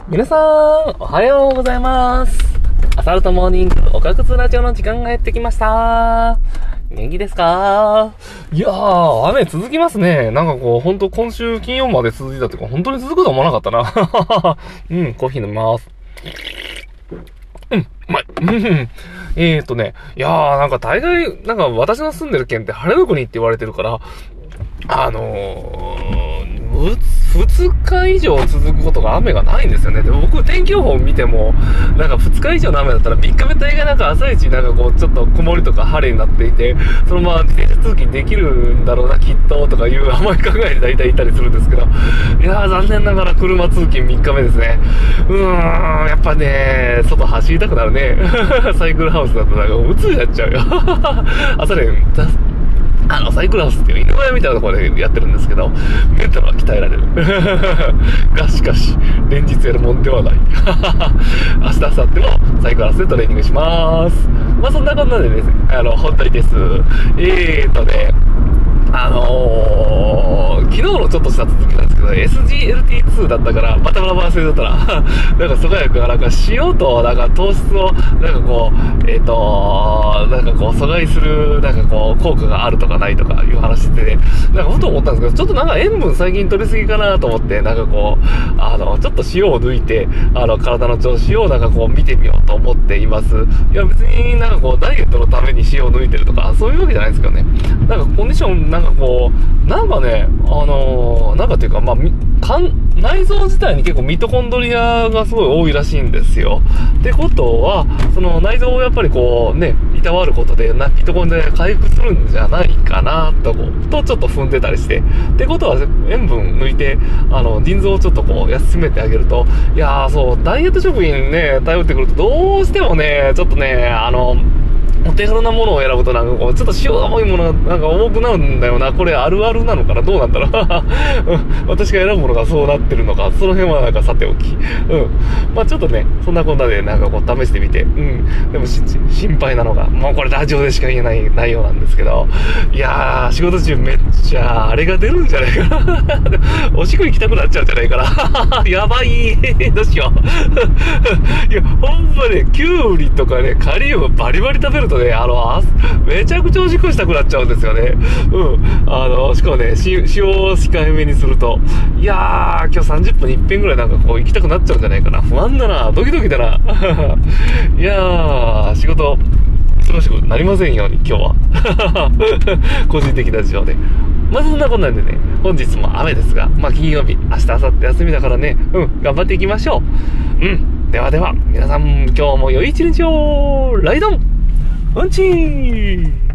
皆さん、おはようございます。アサルトモーニングおかくつラジオの時間がやってきました。元気ですか？いやー、雨続きますね。なんかこう、ほんと今週金曜まで続いたっていうか、本当に続くとは思わなかったな。コーヒー飲みます。うまい。いやー、なんか大概、なんか私の住んでる県って晴れの国って言われてるから、2日以上続くことが雨がないんですよね。でも僕天気予報見ても、なんか2日以上の雨だったら3日目大概なんか朝一なんかこうちょっと曇りとか晴れになっていて、そのまま自転車通勤できるんだろうなきっととかいう甘い考えで大体いたりするんですけど、いやー残念ながら車通勤3日目ですね。やっぱね、外走りたくなるね。サイクルハウスだとなんか鬱になっちゃうよ。朝ね、サイクルハウスっていう犬小屋みたいなところでやってるんですけど、メンタルは鍛えられる。がしかし、連日やるもんではない。明日、明後日もサイクルハウスでトレーニングしまーす。まあそんなこんなでですね、本題です。昨日のちょっとした続きなんですけど、SGLT2 だったから、バタバタバラ製だったら、なんか、疎外くがなんか、塩と、なんか、糖質を、なんかこう、なんかこう、阻害する、なんかこう、効果があるとかないとかいう話してて、なんかふと思ったんですけど、ちょっとなんか塩分最近取りすぎかなと思って、なんかこう、ちょっと塩を抜いて、体の調子をなんかこう、見てみようと思っています。いや、別になんかこう、ダイエットのために塩を抜いてるとか、そういうわけじゃないですけどね。なんかコンディション、なんかこう、なんかね、なんかっていうか、まあ、内臓自体に結構ミトコンドリアがすごい多いらしいんですよ。ってことは、その内臓をやっぱりこうね、いたわることで、ミトコンドリアが回復するんじゃないかな、とちょっと踏んでたりして。ってことは、塩分抜いて、腎臓をちょっとこう、休めてあげると、いやーそう、ダイエット食品ね、頼ってくると、どうしてもね、ちょっとね、お手軽なものを選ぶとなんかこう、ちょっと塩が多いものがなんか重くなるんだよな。これあるあるなのかな、どうなんだろう。私が選ぶものがそうなってるのか、その辺はなんかさておき。まあちょっとね、そんなこんなでなんかこう試してみて。でも心配なのが、もうこれラジオでしか言えない内容なんですけど。いやー、仕事中めっちゃあれが出るんじゃないかな。おしっこ行きたくなっちゃうんじゃないかな。やばい。どうしよう。いや、ほんまね、キュウリとかね、カリウムバリバリ食べるとね、めちゃくちゃおしっこしたくなっちゃうんですよね。しかもね、塩を控えめにすると、いやー、今日30分に1遍ぐらいなんかこう行きたくなっちゃうんじゃないかな。不安だな、ドキドキだな。いやー、仕事、忙しくなりませんように、今日は。個人的な事情で。まずそんなことなんでね、本日も雨ですが、まあ金曜日、明日、明後日休みだからね、頑張っていきましょう。ではでは、皆さん、今日も良い一日を、ライドンうんちー